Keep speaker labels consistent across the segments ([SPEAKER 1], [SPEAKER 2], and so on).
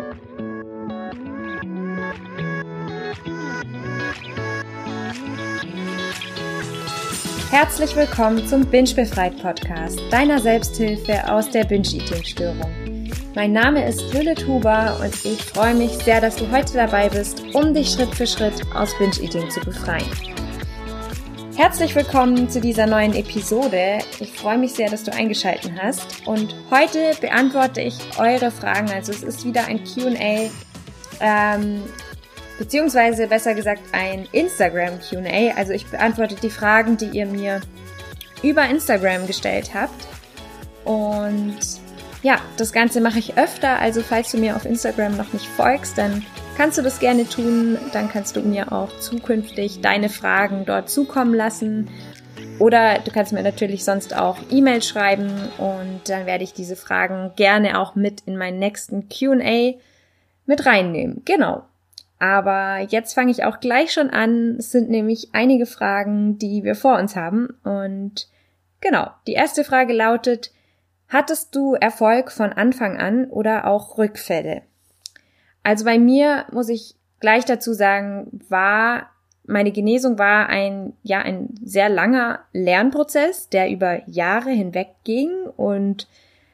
[SPEAKER 1] Herzlich willkommen zum Binge-Befreit-Podcast, deiner Selbsthilfe aus der Binge-Eating-Störung. Mein Name ist Lilith Huber und ich freue mich sehr, dass du heute dabei bist, um dich Schritt für Schritt aus Binge-Eating zu befreien. Herzlich willkommen zu dieser neuen Episode. Ich freue mich sehr, dass du eingeschaltet hast und heute beantworte ich eure Fragen. Also es ist wieder ein Q&A, beziehungsweise besser gesagt ein Instagram Q&A. Also ich beantworte die Fragen, die ihr mir über Instagram gestellt habt. Und ja, das Ganze mache ich öfter. Also falls du mir auf Instagram noch nicht folgst, dann kannst du das gerne tun. Dann kannst du mir auch zukünftig deine Fragen dort zukommen lassen. Oder du kannst mir natürlich sonst auch E-Mail schreiben und dann werde ich diese Fragen gerne auch mit in meinen nächsten Q&A mit reinnehmen. Genau. Aber jetzt fange ich auch gleich schon an. Es sind nämlich einige Fragen, die wir vor uns haben. Und genau, die erste Frage lautet, hattest du Erfolg von Anfang an oder auch Rückfälle? Also bei mir, muss ich gleich dazu sagen, meine Genesung war ein sehr langer Lernprozess, der über Jahre hinweg ging. Und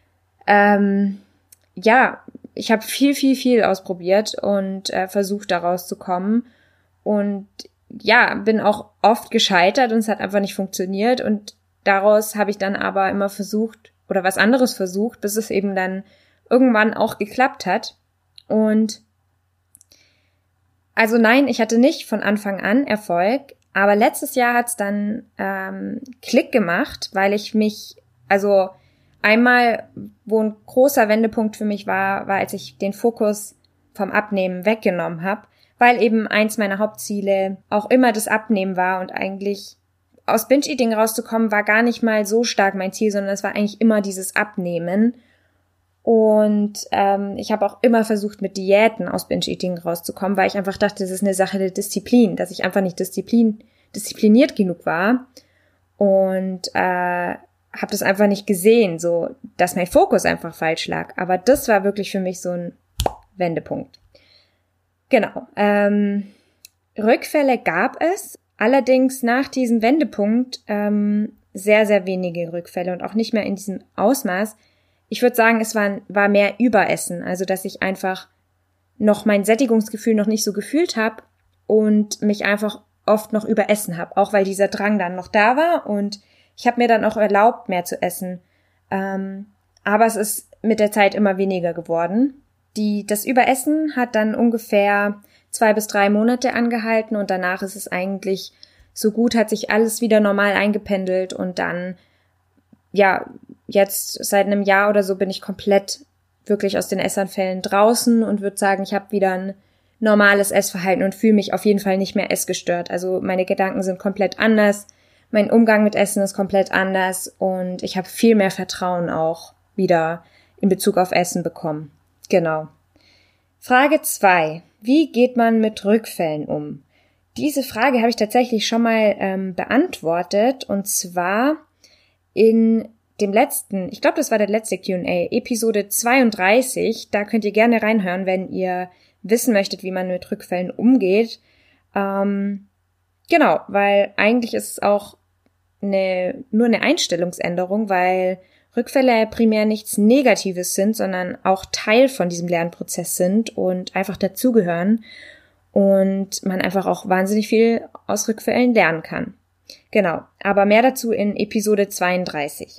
[SPEAKER 1] ich habe viel ausprobiert und versucht, da rauszukommen. Und ja, bin auch oft gescheitert und es hat einfach nicht funktioniert. Und daraus habe ich dann aber immer versucht oder was anderes versucht, bis es eben dann irgendwann auch geklappt hat. Und also nein, ich hatte nicht von Anfang an Erfolg. Aber letztes Jahr hat es dann Klick gemacht, weil ich mich, also einmal, wo ein großer Wendepunkt für mich war, als ich den Fokus vom Abnehmen weggenommen habe, weil eben eins meiner Hauptziele auch immer das Abnehmen war und eigentlich aus Binge-Eating rauszukommen war gar nicht mal so stark mein Ziel, sondern es war eigentlich immer dieses Abnehmen. Und ich habe auch immer versucht, mit Diäten aus Binge-Eating rauszukommen, weil ich einfach dachte, das ist eine Sache der Disziplin, dass ich einfach nicht diszipliniert genug war und habe das einfach nicht gesehen, so dass mein Fokus einfach falsch lag. Aber das war wirklich für mich so ein Wendepunkt. Genau. Rückfälle gab es, allerdings nach diesem Wendepunkt sehr wenige Rückfälle und auch nicht mehr in diesem Ausmaß. Ich würde sagen, es war mehr Überessen, also dass ich einfach noch mein Sättigungsgefühl noch nicht so gefühlt habe und mich einfach oft noch überessen habe, auch weil dieser Drang dann noch da war und ich habe mir dann auch erlaubt, mehr zu essen. Aber es ist mit der Zeit immer weniger geworden. Das Überessen hat dann ungefähr 2 bis 3 Monate angehalten und danach ist es eigentlich so gut, hat sich alles wieder normal eingependelt und dann, ja, jetzt seit einem Jahr oder so bin ich komplett wirklich aus den Essanfällen draußen und würde sagen, ich habe wieder ein normales Essverhalten und fühle mich auf jeden Fall nicht mehr essgestört. Also meine Gedanken sind komplett anders. Mein Umgang mit Essen ist komplett anders und ich habe viel mehr Vertrauen auch wieder in Bezug auf Essen bekommen. Genau. Frage 2. Wie geht man mit Rückfällen um? Diese Frage habe ich tatsächlich schon mal beantwortet und zwar in dem letzten, ich glaube, das war der letzte Q&A, Episode 32. Da könnt ihr gerne reinhören, wenn ihr wissen möchtet, wie man mit Rückfällen umgeht. Genau, weil eigentlich ist es auch nur eine Einstellungsänderung, weil Rückfälle primär nichts Negatives sind, sondern auch Teil von diesem Lernprozess sind und einfach dazugehören und man einfach auch wahnsinnig viel aus Rückfällen lernen kann. Genau, aber mehr dazu in Episode 32.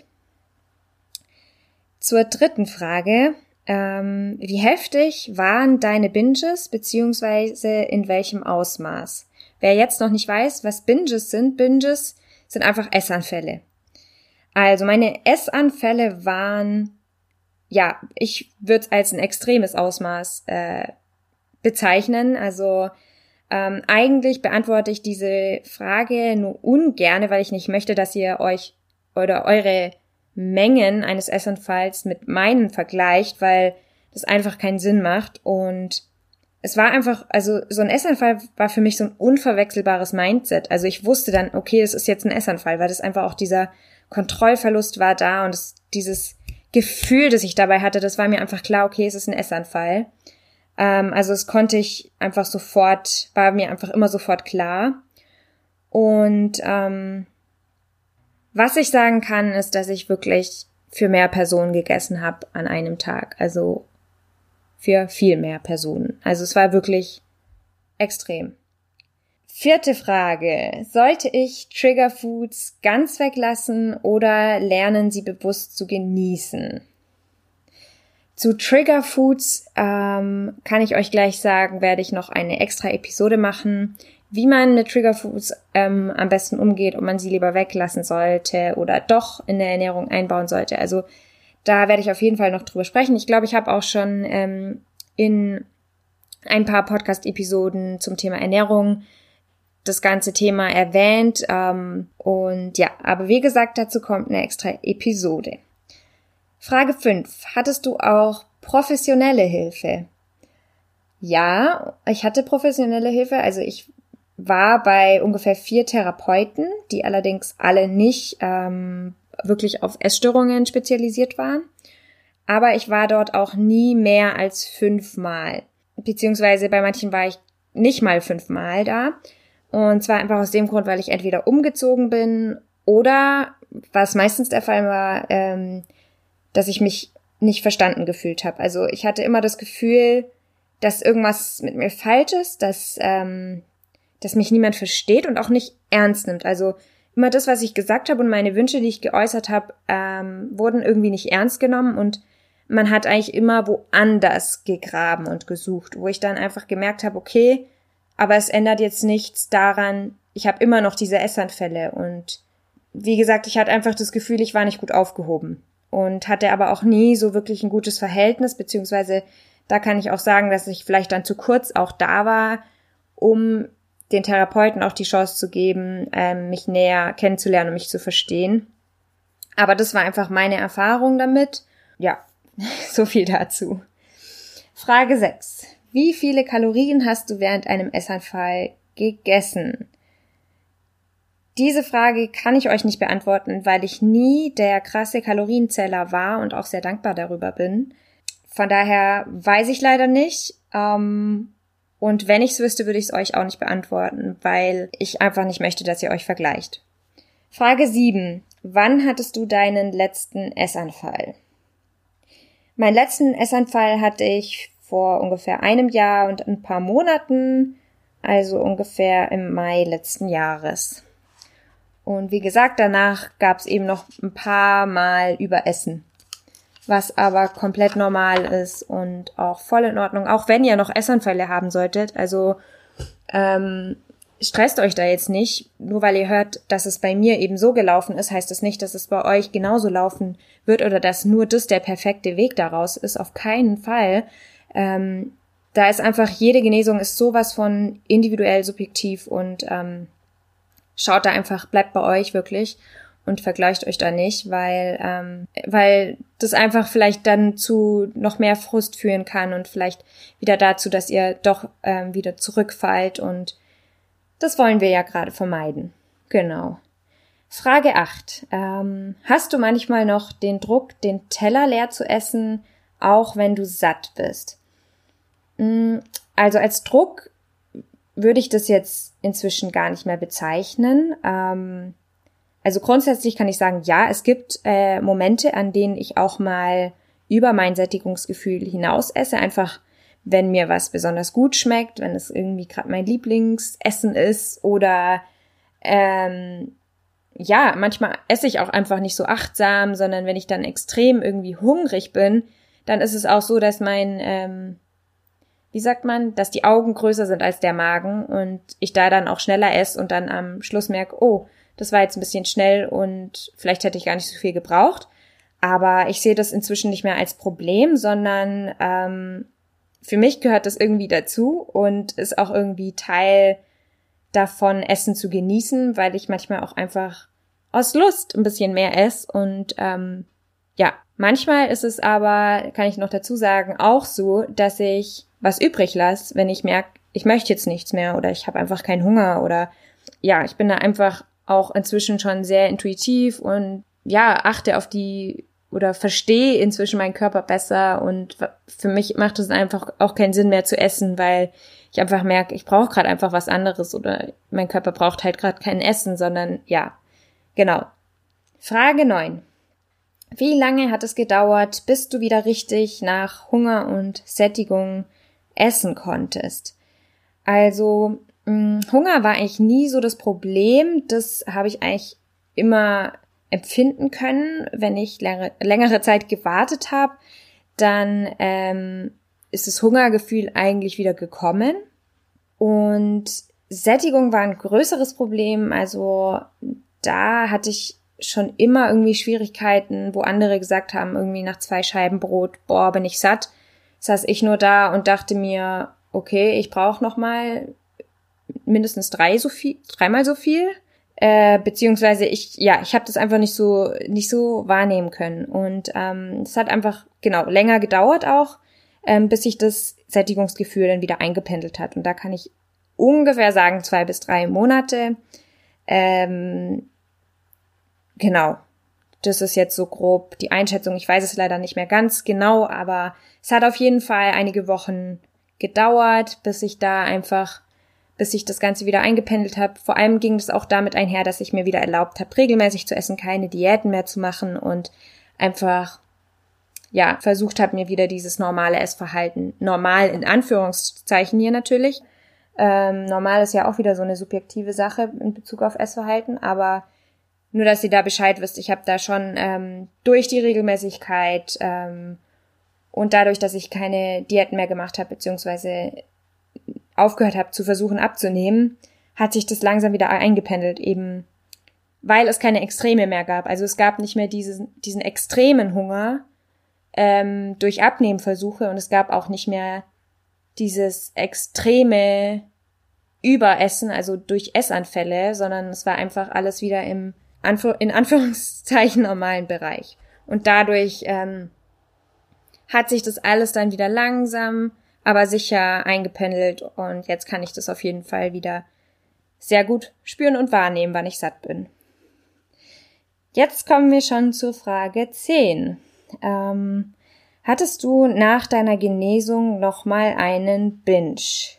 [SPEAKER 1] Zur dritten Frage. Wie heftig waren deine Binges, beziehungsweise in welchem Ausmaß? Wer jetzt noch nicht weiß, was Binges sind einfach Essanfälle. Also meine Essanfälle waren, ja, ich würde es als ein extremes Ausmaß bezeichnen. Also eigentlich beantworte ich diese Frage nur ungerne, weil ich nicht möchte, dass ihr euch oder eure Mengen eines Essanfalls mit meinen vergleicht, weil das einfach keinen Sinn macht. Und es war einfach, also so ein Essanfall war für mich so ein unverwechselbares Mindset. Also ich wusste dann, okay, es ist jetzt ein Essanfall, weil das einfach auch dieser Kontrollverlust war da und dieses Gefühl, das ich dabei hatte, das war mir einfach klar, okay, es ist ein Essanfall. Also es konnte ich einfach sofort, war mir einfach immer sofort klar. Und was ich sagen kann, ist, dass ich wirklich für mehr Personen gegessen habe an einem Tag. Also für viel mehr Personen. Also es war wirklich extrem. 4. Frage. Sollte ich Triggerfoods ganz weglassen oder lernen, sie bewusst zu genießen? Zu Triggerfoods kann ich euch gleich sagen, werde ich noch eine extra Episode machen, wie man mit Triggerfoods am besten umgeht, ob man sie lieber weglassen sollte oder doch in der Ernährung einbauen sollte. Also da werde ich auf jeden Fall noch drüber sprechen. Ich glaube, ich habe auch schon in ein paar Podcast-Episoden zum Thema Ernährung das ganze Thema erwähnt. Und ja, aber wie gesagt, dazu kommt eine extra Episode. Frage 5. Hattest du auch professionelle Hilfe? Ja, ich hatte professionelle Hilfe. Also ich war bei ungefähr 4 Therapeuten, die allerdings alle nicht wirklich auf Essstörungen spezialisiert waren. Aber ich war dort auch nie mehr als 5 Mal. Beziehungsweise bei manchen war ich nicht mal 5 Mal da. Und zwar einfach aus dem Grund, weil ich entweder umgezogen bin oder, was meistens der Fall war, dass ich mich nicht verstanden gefühlt habe. Also ich hatte immer das Gefühl, dass irgendwas mit mir falsch ist, dass mich niemand versteht und auch nicht ernst nimmt. Also immer das, was ich gesagt habe und meine Wünsche, die ich geäußert habe, wurden irgendwie nicht ernst genommen und man hat eigentlich immer woanders gegraben und gesucht, wo ich dann einfach gemerkt habe, okay, aber es ändert jetzt nichts daran, ich habe immer noch diese Essanfälle und wie gesagt, ich hatte einfach das Gefühl, ich war nicht gut aufgehoben und hatte aber auch nie so wirklich ein gutes Verhältnis, beziehungsweise da kann ich auch sagen, dass ich vielleicht dann zu kurz auch da war, um den Therapeuten auch die Chance zu geben, mich näher kennenzulernen und mich zu verstehen. Aber das war einfach meine Erfahrung damit. Ja, so viel dazu. Frage 6. Wie viele Kalorien hast du während einem Essanfall gegessen? Diese Frage kann ich euch nicht beantworten, weil ich nie der krasse Kalorienzähler war und auch sehr dankbar darüber bin. Von daher weiß ich leider nicht. Und wenn ich es wüsste, würde ich es euch auch nicht beantworten, weil ich einfach nicht möchte, dass ihr euch vergleicht. Frage 7. Wann hattest du deinen letzten Essanfall? Meinen letzten Essanfall hatte ich vor ungefähr einem Jahr und ein paar Monaten, also ungefähr im Mai letzten Jahres. Und wie gesagt, danach gab es eben noch ein paar Mal Überessen, was aber komplett normal ist und auch voll in Ordnung, auch wenn ihr noch Essanfälle haben solltet. Also stresst euch da jetzt nicht, nur weil ihr hört, dass es bei mir eben so gelaufen ist, heißt das nicht, dass es bei euch genauso laufen wird oder dass nur das der perfekte Weg daraus ist, auf keinen Fall. Da ist einfach, jede Genesung ist sowas von individuell subjektiv und schaut da einfach, bleibt bei euch wirklich und vergleicht euch da nicht, weil das einfach vielleicht dann zu noch mehr Frust führen kann und vielleicht wieder dazu, dass ihr doch wieder zurückfallt und das wollen wir ja gerade vermeiden. Genau. Frage 8. Hast du manchmal noch den Druck, den Teller leer zu essen, auch wenn du satt bist? Also als Druck würde ich das jetzt inzwischen gar nicht mehr bezeichnen. Also grundsätzlich kann ich sagen, ja, es gibt Momente, an denen ich auch mal über mein Sättigungsgefühl hinaus esse, einfach wenn mir was besonders gut schmeckt, wenn es irgendwie gerade mein Lieblingsessen ist oder ja, manchmal esse ich auch einfach nicht so achtsam, sondern wenn ich dann extrem irgendwie hungrig bin, dann ist es auch so, dass dass die Augen größer sind als der Magen und ich da dann auch schneller esse und dann am Schluss merke, oh, das war jetzt ein bisschen schnell und vielleicht hätte ich gar nicht so viel gebraucht. Aber ich sehe das inzwischen nicht mehr als Problem, sondern für mich gehört das irgendwie dazu und ist auch irgendwie Teil davon, Essen zu genießen, weil ich manchmal auch einfach aus Lust ein bisschen mehr esse und ja, manchmal ist es aber, kann ich noch dazu sagen, auch so, dass ich was übrig lasse, wenn ich merke, ich möchte jetzt nichts mehr oder ich habe einfach keinen Hunger oder ja, ich bin da einfach auch inzwischen schon sehr intuitiv und ja, achte auf die oder verstehe inzwischen meinen Körper besser und für mich macht es einfach auch keinen Sinn mehr zu essen, weil ich einfach merke, ich brauche gerade einfach was anderes oder mein Körper braucht halt gerade kein Essen, sondern ja, genau. Frage 9. Wie lange hat es gedauert, bis du wieder richtig nach Hunger und Sättigung essen konntest? Also Hunger war eigentlich nie so das Problem. Das habe ich eigentlich immer empfinden können, wenn ich längere Zeit gewartet habe. Dann ist das Hungergefühl eigentlich wieder gekommen. Und Sättigung war ein größeres Problem. Also da hatte ich schon immer irgendwie Schwierigkeiten, wo andere gesagt haben, irgendwie nach 2 Scheiben Brot, boah, bin ich satt. Saß ich nur da und dachte mir, okay, ich brauche noch mal mindestens 3-mal so viel. Beziehungsweise ich habe das einfach nicht so wahrnehmen können. Und es hat einfach, länger gedauert auch, bis sich das Sättigungsgefühl dann wieder eingependelt hat. Und da kann ich ungefähr sagen 2 bis 3 Monate. Genau, das ist jetzt so grob die Einschätzung. Ich weiß es leider nicht mehr ganz genau, aber es hat auf jeden Fall einige Wochen gedauert, bis sich das Ganze wieder eingependelt habe. Vor allem ging es auch damit einher, dass ich mir wieder erlaubt habe, regelmäßig zu essen, keine Diäten mehr zu machen und einfach, versucht habe, mir wieder dieses normale Essverhalten, normal in Anführungszeichen hier natürlich. Normal ist ja auch wieder so eine subjektive Sache in Bezug auf Essverhalten, aber nur, dass ihr da Bescheid wisst, ich habe da schon durch die Regelmäßigkeit und dadurch, dass ich keine Diäten mehr gemacht habe, beziehungsweise aufgehört habe zu versuchen abzunehmen, hat sich das langsam wieder eingependelt, eben weil es keine Extreme mehr gab. Also es gab nicht mehr diesen extremen Hunger durch Abnehmversuche und es gab auch nicht mehr dieses extreme Überessen, also durch Essanfälle, sondern es war einfach alles wieder im in Anführungszeichen normalen Bereich. Und dadurch hat sich das alles dann wieder langsam, aber sicher eingependelt und jetzt kann ich das auf jeden Fall wieder sehr gut spüren und wahrnehmen, wann ich satt bin. Jetzt kommen wir schon zur Frage 10. Hattest du nach deiner Genesung nochmal einen Binge?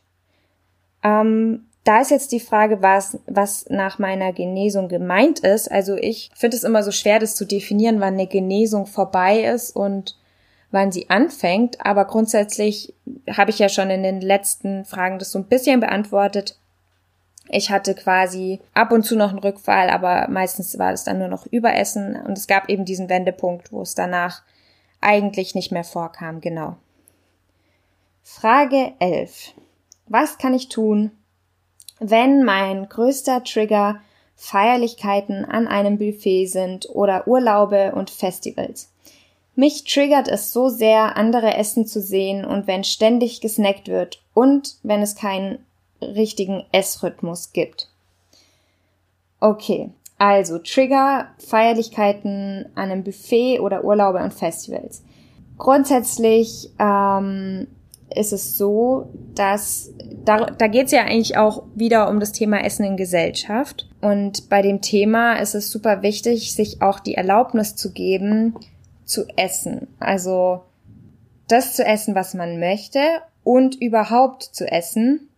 [SPEAKER 1] Da ist jetzt die Frage, was nach meiner Genesung gemeint ist. Also ich finde es immer so schwer, das zu definieren, wann eine Genesung vorbei ist und wann sie anfängt. Aber grundsätzlich habe ich ja schon in den letzten Fragen das so ein bisschen beantwortet. Ich hatte quasi ab und zu noch einen Rückfall, aber meistens war es dann nur noch Überessen. Und es gab eben diesen Wendepunkt, wo es danach eigentlich nicht mehr vorkam. Genau. Frage 11. Was kann ich tun, wenn mein größter Trigger Feierlichkeiten an einem Buffet sind oder Urlaube und Festivals? Mich triggert es so sehr, andere essen zu sehen und wenn ständig gesnackt wird und wenn es keinen richtigen Essrhythmus gibt. Okay, also Trigger Feierlichkeiten an einem Buffet oder Urlaube und Festivals. Grundsätzlich ist es so, dass da geht es ja eigentlich auch wieder um das Thema Essen in Gesellschaft. Und bei dem Thema ist es super wichtig, sich auch die Erlaubnis zu geben, zu essen. Also das zu essen, was man möchte und überhaupt zu essen.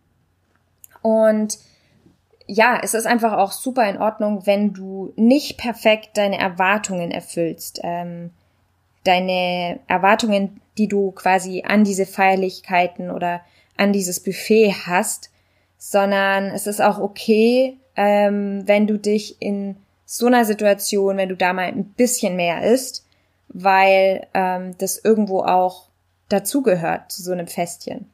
[SPEAKER 1] Und ja, es ist einfach auch super in Ordnung, wenn du nicht perfekt deine Erwartungen erfüllst. Deine Erwartungen, die du quasi an diese Feierlichkeiten oder an dieses Buffet hast, sondern es ist auch okay, wenn du dich in so einer Situation, wenn du da mal ein bisschen mehr isst, weil das irgendwo auch dazugehört zu so einem Festchen.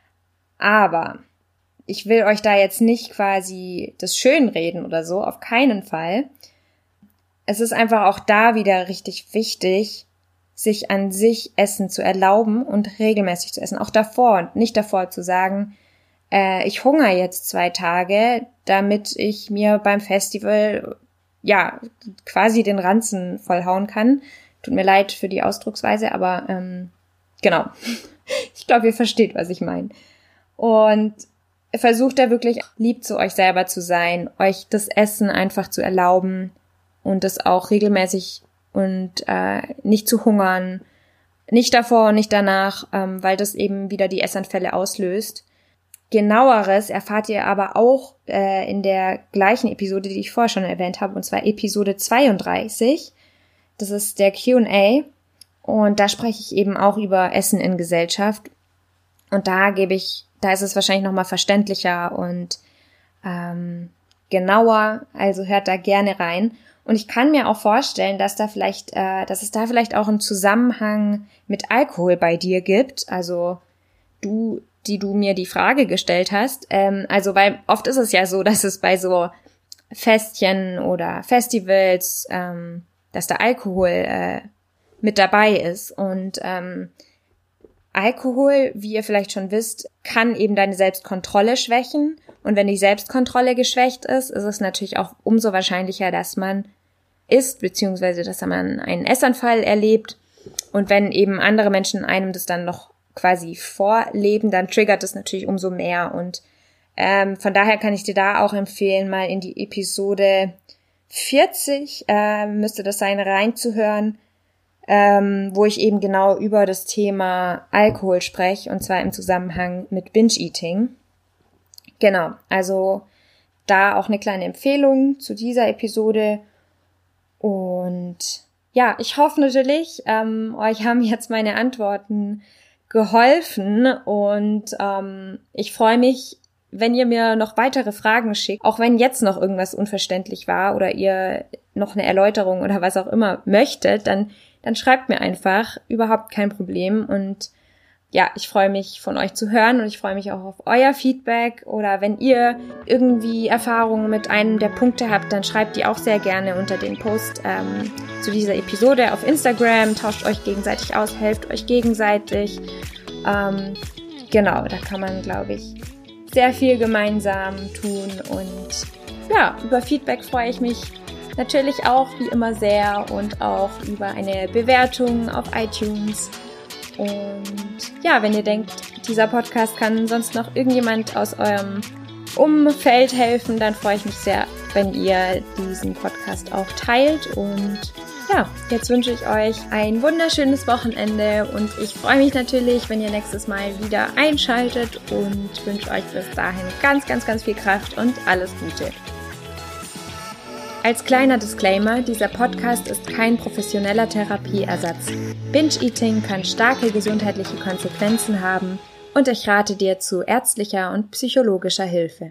[SPEAKER 1] Aber ich will euch da jetzt nicht quasi das schönreden oder so, auf keinen Fall. Es ist einfach auch da wieder richtig wichtig, sich an sich Essen zu erlauben und regelmäßig zu essen. Auch davor und nicht davor zu sagen, ich hungere jetzt 2 Tage, damit ich mir beim Festival ja quasi den Ranzen vollhauen kann. Tut mir leid für die Ausdrucksweise, aber genau. Ich glaube, ihr versteht, was ich meine. Und versucht da wirklich lieb zu euch selber zu sein, euch das Essen einfach zu erlauben und das auch regelmäßig und nicht zu hungern, nicht davor und nicht danach, weil das eben wieder die Essanfälle auslöst. Genaueres erfahrt ihr aber auch in der gleichen Episode, die ich vorher schon erwähnt habe, und zwar Episode 32. Das ist der Q&A und da spreche ich eben auch über Essen in Gesellschaft. Und da ist es wahrscheinlich nochmal verständlicher und genauer, also hört da gerne rein. Und ich kann mir auch vorstellen, dass es da vielleicht auch einen Zusammenhang mit Alkohol bei dir gibt. Also die du mir die Frage gestellt hast. Weil oft ist es ja so, dass es bei so Festchen oder Festivals, dass da Alkohol mit dabei ist. Und Alkohol, wie ihr vielleicht schon wisst, kann eben deine Selbstkontrolle schwächen. Und wenn die Selbstkontrolle geschwächt ist, ist es natürlich auch umso wahrscheinlicher, dass man isst, beziehungsweise dass man einen Essanfall erlebt. Und wenn eben andere Menschen einem das dann noch quasi vorleben, dann triggert es natürlich umso mehr. Und von daher kann ich dir da auch empfehlen, mal in die Episode 40, müsste das sein, reinzuhören, wo ich eben genau über das Thema Alkohol spreche, und zwar im Zusammenhang mit Binge-Eating. Genau, also da auch eine kleine Empfehlung zu dieser Episode. Und ja, ich hoffe natürlich, euch haben jetzt meine Antworten geholfen und ich freue mich, wenn ihr mir noch weitere Fragen schickt, auch wenn jetzt noch irgendwas unverständlich war oder ihr noch eine Erläuterung oder was auch immer möchtet, dann schreibt mir einfach, überhaupt kein Problem. Und ja, ich freue mich, von euch zu hören, und ich freue mich auch auf euer Feedback, oder wenn ihr irgendwie Erfahrungen mit einem der Punkte habt, dann schreibt die auch sehr gerne unter den Post zu dieser Episode auf Instagram, tauscht euch gegenseitig aus, helft euch gegenseitig. Genau, da kann man, glaube ich, sehr viel gemeinsam tun, und ja, über Feedback freue ich mich natürlich auch wie immer sehr, und auch über eine Bewertung auf iTunes. Und ja, wenn ihr denkt, dieser Podcast kann sonst noch irgendjemand aus eurem Umfeld helfen, dann freue ich mich sehr, wenn ihr diesen Podcast auch teilt. Und ja, jetzt wünsche ich euch ein wunderschönes Wochenende, und ich freue mich natürlich, wenn ihr nächstes Mal wieder einschaltet, und wünsche euch bis dahin ganz, ganz, ganz viel Kraft und alles Gute. Als kleiner Disclaimer, dieser Podcast ist kein professioneller Therapieersatz. Binge-Eating kann starke gesundheitliche Konsequenzen haben, und ich rate dir zu ärztlicher und psychologischer Hilfe.